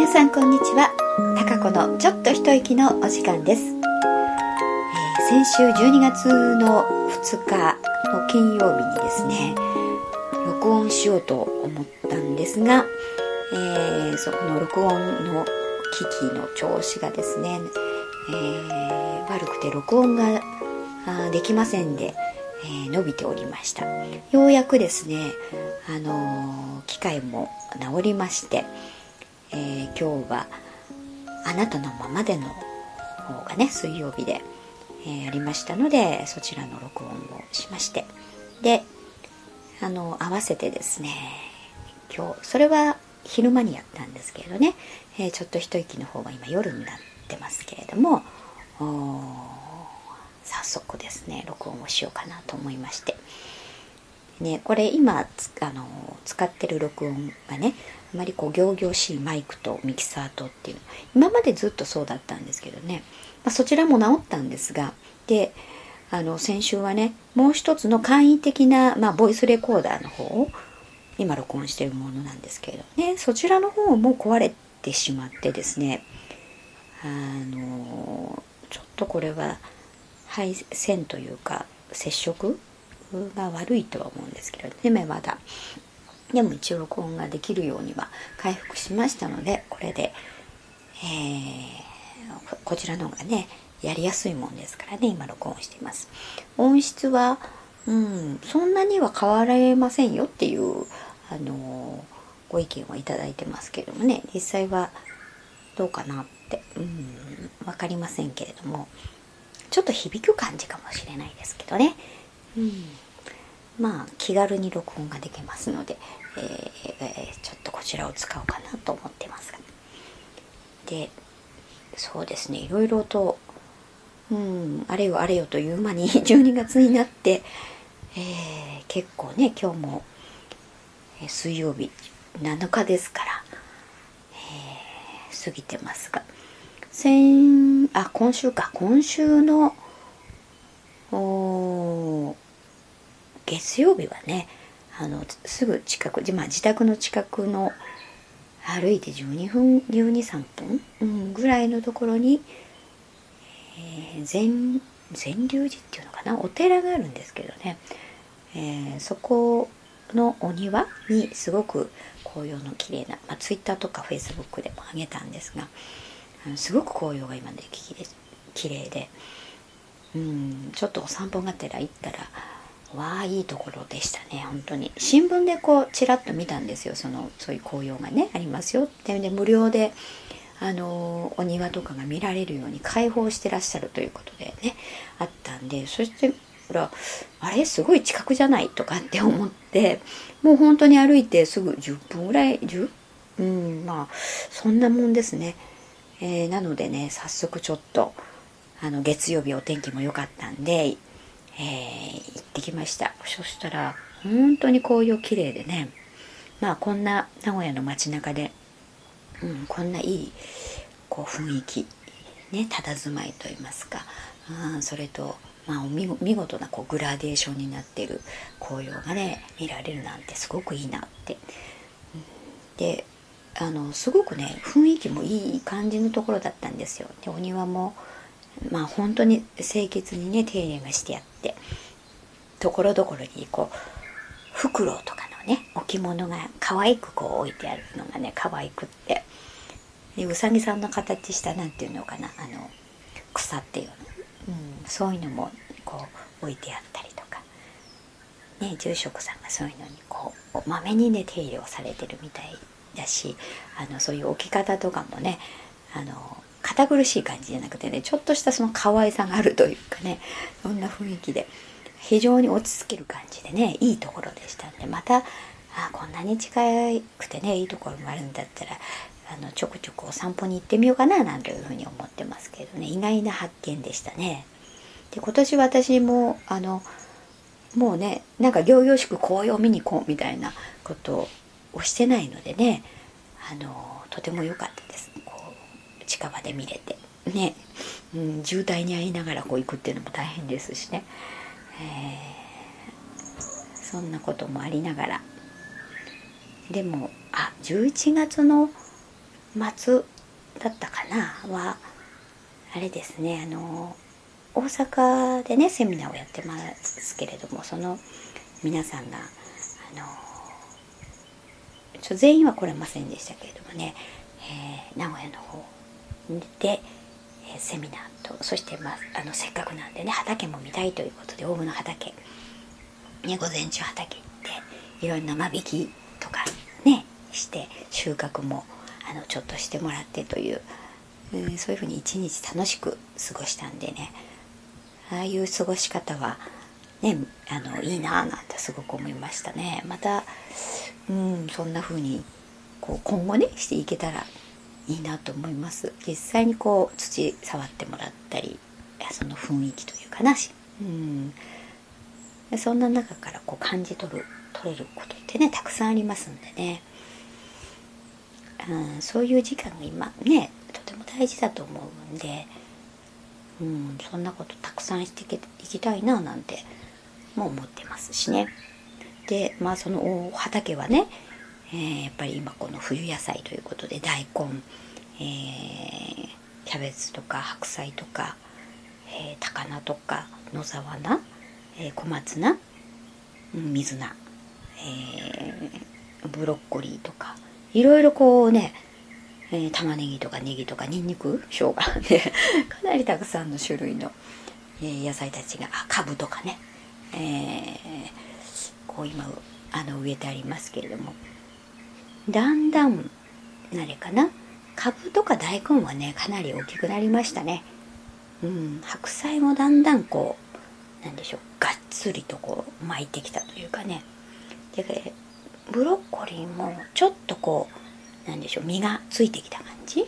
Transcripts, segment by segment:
さんこんにちは。たかこのちょっと一息のお時間です。先週12月の2日の金曜日にですね、録音しようと思ったんですが、そこの録音の機器の調子がですね、悪くて録音ができませんで、伸びておりました。ようやくですね、機械も治りまして、今日はあなたのままでの方がね、水曜日で、ありましたので、そちらの録音をしまして、で合わせてですね、今日それは昼間にやったんですけれどね、ちょっと一息の方が今夜になってますけれども、早速ですね録音をしようかなと思いましてね、これ今使ってる録音がね、あまりこう仰々しいマイクとミキサーとっていう、今までずっとそうだったんですけどね、そちらも治ったんですが、で先週はね、もう一つの簡易的な、ボイスレコーダーの方を今録音しているものなんですけれどね、そちらの方も壊れてしまってですね、ちょっとこれは配線というか接触が悪いとは思うんですけれどね、まだでも一応録音ができるようには回復しましたので、これで、こちらの方がねやりやすいもんですからね、今録音しています。音質は、そんなには変わらませんよっていうご意見をいただいてますけれどもね、実際はどうかなって、分かりませんけれども、ちょっと響く感じかもしれないですけどね、気軽に録音ができますので、ちょっとこちらを使おうかなと思ってますが、でそうですね、いろいろとあれよあれよという間に12月になって、結構ね、今日も水曜日7日ですから、過ぎてますが、今週の月曜日はね、すぐ近く、自宅の近くの歩いて12、3分、ぐらいのところに、善流寺っていうのかな、お寺があるんですけどね、そこのお庭にすごく紅葉の綺麗な、ツイッターとかフェイスブックでも上げたんですが、すごく紅葉が今で綺麗で、ちょっとお散歩がてら行ったらいいところでしたね。本当に新聞でこうちらっと見たんですよ、そういう紅葉がねありますよって。で無料でお庭とかが見られるように開放してらっしゃるということでねあったんで、そしてあれすごい近くじゃないとかって思って、もう本当に歩いてすぐ10分ぐらいそんなもんですね。なのでね、早速ちょっと月曜日お天気も良かったんで、行ってきました。そしたら本当に紅葉綺麗でね、こんな名古屋の街中で、こんないいこう雰囲気ね、佇まいといいますか、それと、見事なこうグラデーションになっている紅葉がね見られるなんてすごくいいなって、ですごくね雰囲気もいい感じのところだったんですよ。でお庭も本当に清潔にね手入れがしてあって、ところどころにこうフクロウとかのね置物が可愛くこう置いてあるのがね可愛くって、でうさぎさんの形したなんていうのかな、草っていうの、そういうのもこう置いてあったりとかね、住職さんがそういうのにこうまめにね手入れをされてるみたいだし、そういう置き方とかもね堅苦しい感じじゃなくてね、ちょっとしたその可愛さがあるというかね、そんな雰囲気で非常に落ち着ける感じでね、いいところでしたんで、またこんなに近くてねいいところもあるんだったらちょくちょくお散歩に行ってみようかななんていうふうに思ってますけどね、意外な発見でしたね。で今年私ももうねなんか仰々しく紅葉を見に行こうみたいなことをしてないのでね、とても良かったです。こう近場で見れてね、渋滞に遭いながらこう行くっていうのも大変ですしね、そんなこともありながら、でも11月の末だったかなはあれですね、大阪でねセミナーをやってますけれども、その皆さんが全員は来れませんでしたけれどもね、名古屋の方でセミナーと、そして、せっかくなんでね畑も見たいということで大室畑、ね、午前中畑行っていろんな間引きとかねして収穫もちょっとしてもらってという、そういうふうに一日楽しく過ごしたんでね、ああいう過ごし方はねいいなぁなんてすごく思いましたね。またそんな風に今後ねしていけたらいいなと思います。実際に土触ってもらったり、その雰囲気というかなそんな中から感じ取れることってねたくさんありますんでね、そういう時間が今ねとても大事だと思うんで、そんなことたくさんしていきたいななんても思ってますしね。でその畑はね、やっぱり今この冬野菜ということで大根、キャベツとか白菜とか、高菜とか野沢菜、小松菜、水菜、ブロッコリーとかいろいろ玉ねぎとかネギとかニンニク生姜でかなりたくさんの種類の、野菜たちがカブとかね、今植えてありますけれども、だんだんあれかな、カブとか大根はねかなり大きくなりましたね。白菜もだんだんなんでしょう、がっつりと巻いてきたというかね。でブロッコリーもちょっとなんでしょう、実がついてきた感じ。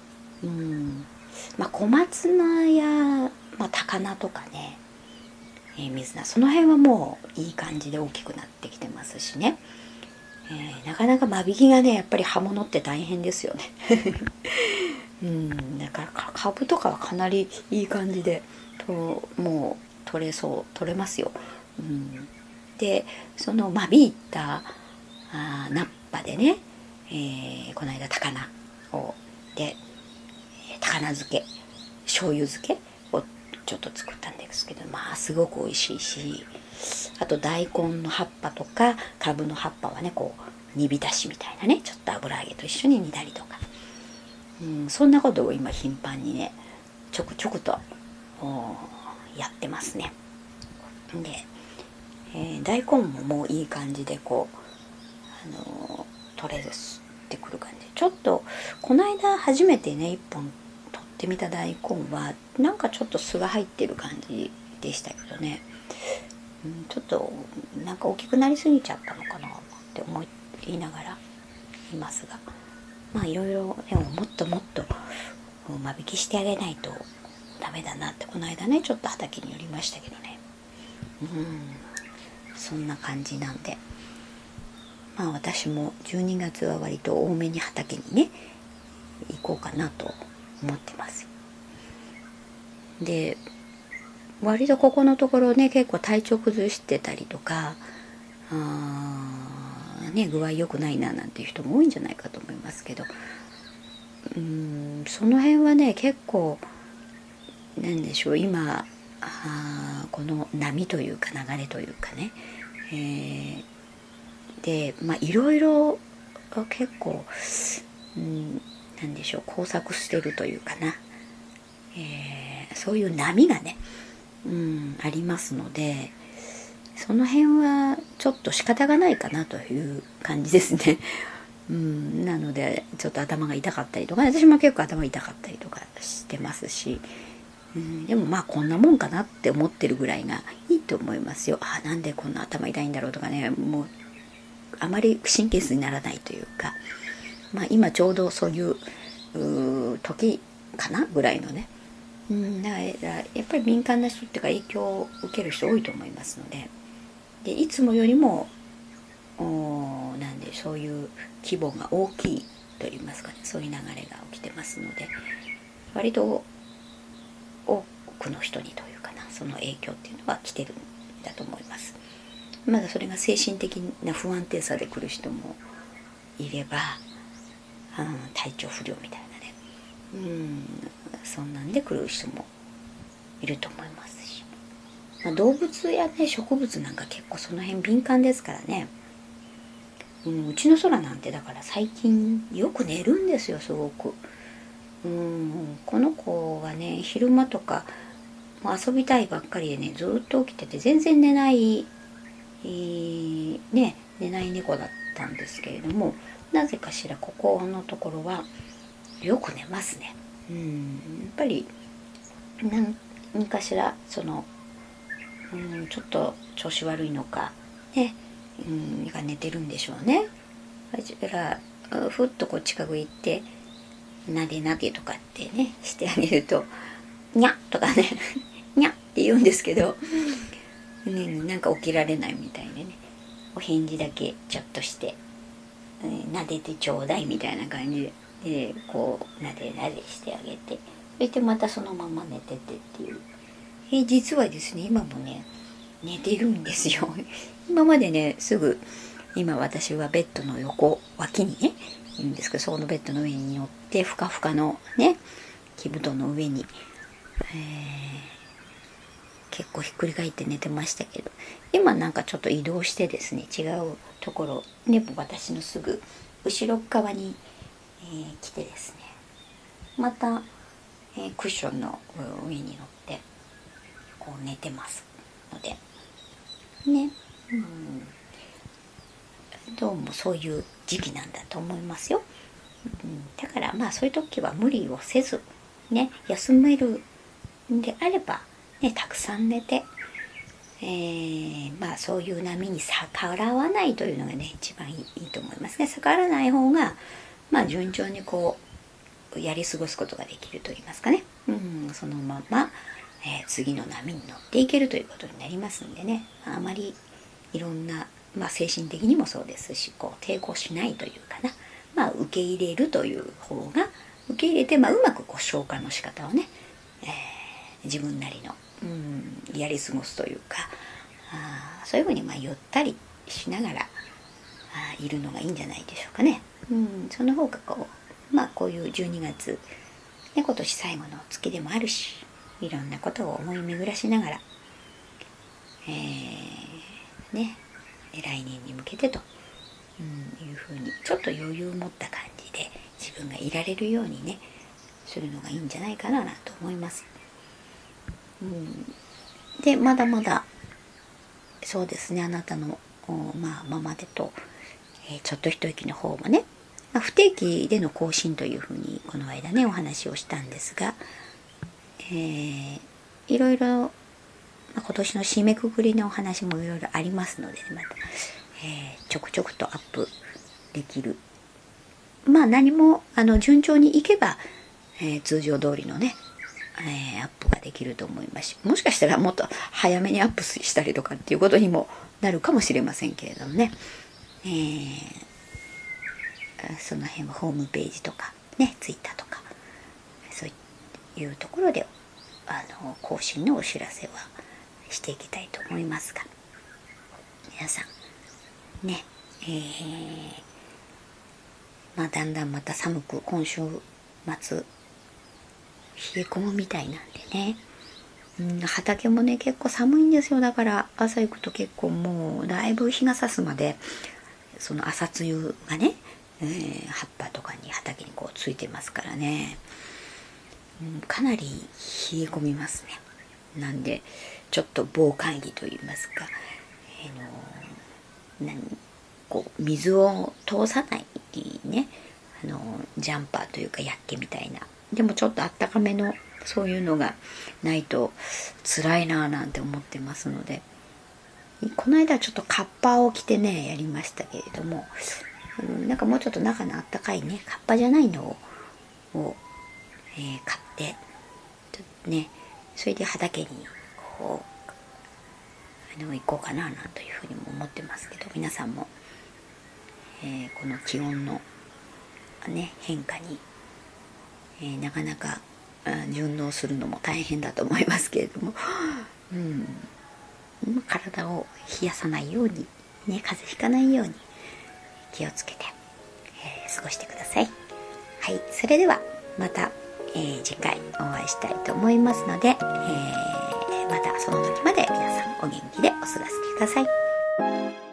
小松菜や、高菜とかね、水菜、その辺はもういい感じで大きくなってきてますしね、なかなか間引きがねやっぱり葉物って大変ですよねだからカブとかはかなりいい感じでもう取れますよ。でその間引いた菜っぱでね、この間高菜をで高菜漬け、醤油漬けをちょっと作ったんですけど、すごく美味しいし、あと大根の葉っぱとかカブの葉っぱはね煮浸しみたいなね、ちょっと油揚げと一緒に煮たりとか、そんなことを今頻繁にねちょくちょくとやってますね。で、大根ももういい感じで取れてくる感じ。ちょっとこの間初めてね一本取ってみた大根はなんかちょっと酢が入ってる感じでしたけどね、ちょっとなんか大きくなりすぎちゃったのかなって思いながらいますが、いろいろでももっともっと間引きしてあげないとダメだなってこの間ねちょっと畑に寄りましたけどね、そんな感じなんで、私も12月は割と多めに畑にね行こうかなと思ってます。で割とここのところね結構体調崩してたりとか具合良くないななんていう人も多いんじゃないかと思いますけど、その辺はね結構なんでしょう、今この波というか流れというかね、でいろいろ結構、なんでしょう、工作してるというかな、そういう波がね、ありますので、その辺はちょっと仕方がないかなという感じですね。なのでちょっと頭が痛かったりとか、私も結構頭痛かったりとかしてますし、でもこんなもんかなって思ってるぐらいがいいと思いますよ。なんでこんな頭痛いんだろうとかね、もうあまり神経質にならないというか、今ちょうどそういう時かなぐらいのね、だからやっぱり敏感な人っていうか影響を受ける人多いと思いますので、いつもよりもなんでそういう規模が大きいといいますかね、そういう流れが起きてますので、割と多くの人にというかな、その影響っていうのは来てるんだと思います。それが精神的な不安定さで来る人もいれば、 体調不良みたいなね、そんなんで来る人もいると思いますし、動物やね植物なんか結構その辺敏感ですからね。うちの空なんてだから最近よく寝るんですよ、すごく。この子がね昼間とかもう遊びたいばっかりでね、ずっと起きてて全然寝ない、寝ない猫だったんですけれども、なぜかしらここのところはよく寝ますね。やっぱり何かしらちょっと調子悪いのかね、が寝てるんでしょうね。だからふっとこう近く行ってなでなでとかってねしてあげるとにゃっとかねにゃって言うんですけど、なんか起きられないみたいでね、お返事だけちょっとして、なでてちょうだいみたいな感じで、こうなでなでしてあげて、そしてまたそのまま寝ててっていう。実はですね今もね寝てるんですよ今までねすぐ今私はベッドの横脇にねいるんですけど、そこのベッドの上に乗ってふかふかのね木布団の上に、結構ひっくり返って寝てましたけど、今なんかちょっと移動してですね違うところね、私のすぐ後ろ側に、来てですねまた、クッションの上に乗ってこう寝てますのでね、どうもそういう時期なんだと思いますよ。だからまあそういう時は無理をせずね、休めるんであればねたくさん寝て、まあそういう波に逆らわないというのがね一番いいと思いますね。逆らわない方がまあ順調にこうやり過ごすことができると言いますかね、そのまま、次の波に乗っていけるということになりますんでね、あまりいろんな、精神的にもそうですしこう抵抗しないというかな、受け入れるという方が受け入れて、うまくこう消化の仕方をね、自分なりの、やり過ごすというか、そういうふうにゆったりしながらいるのがいいんじゃないでしょうかね。その方がこういう12月、ね、今年最後の月でもあるし、いろんなことを思い巡らしながら、来年に向けてと、いうふうにちょっと余裕を持った感じで自分がいられるようにねするのがいいんじゃないかなと思います。でまだまだそうですね、あなたのままでと、ちょっと一息の方もね、不定期での更新というふうにこの間ねお話をしたんですが、いろいろ、今年の締めくくりのお話もいろいろありますので、また、ちょくちょくとアップできる、何も順調にいけば、通常通りのね、アップができると思いますし、もしかしたらもっと早めにアップしたりとかっていうことにもなるかもしれませんけれどもね、その辺はホームページとかね、ツイッターとかそういうところで更新のお知らせはしていきたいと思いますが、皆さんね、だんだんまた寒く、今週末冷え込むみたいなんでね、畑もね結構寒いんですよ。だから朝行くと結構もうだいぶ日が差すまでその朝露がね、葉っぱとかに畑にこうついてますからね、かなり冷え込みますね。なんでちょっと防寒着といいますか、こう水を通さないね、ジャンパーというかヤッケみたいな、でもちょっとあったかめのそういうのがないと辛いなぁなんて思ってますので、この間ちょっとカッパを着てねやりましたけれども、なんかもうちょっと中のあったかいねカッパじゃないのを、買ってね、それで畑にこう行こうかななんというふうにも思ってますけど、皆さんも、この気温のね変化に、なかなか順応するのも大変だと思いますけれども、体を冷やさないようにね、風邪ひかないように気をつけて、過ごしてください。 はい、それではまた、次回お会いしたいと思いますので、またその時まで皆さんお元気でお過ごしください。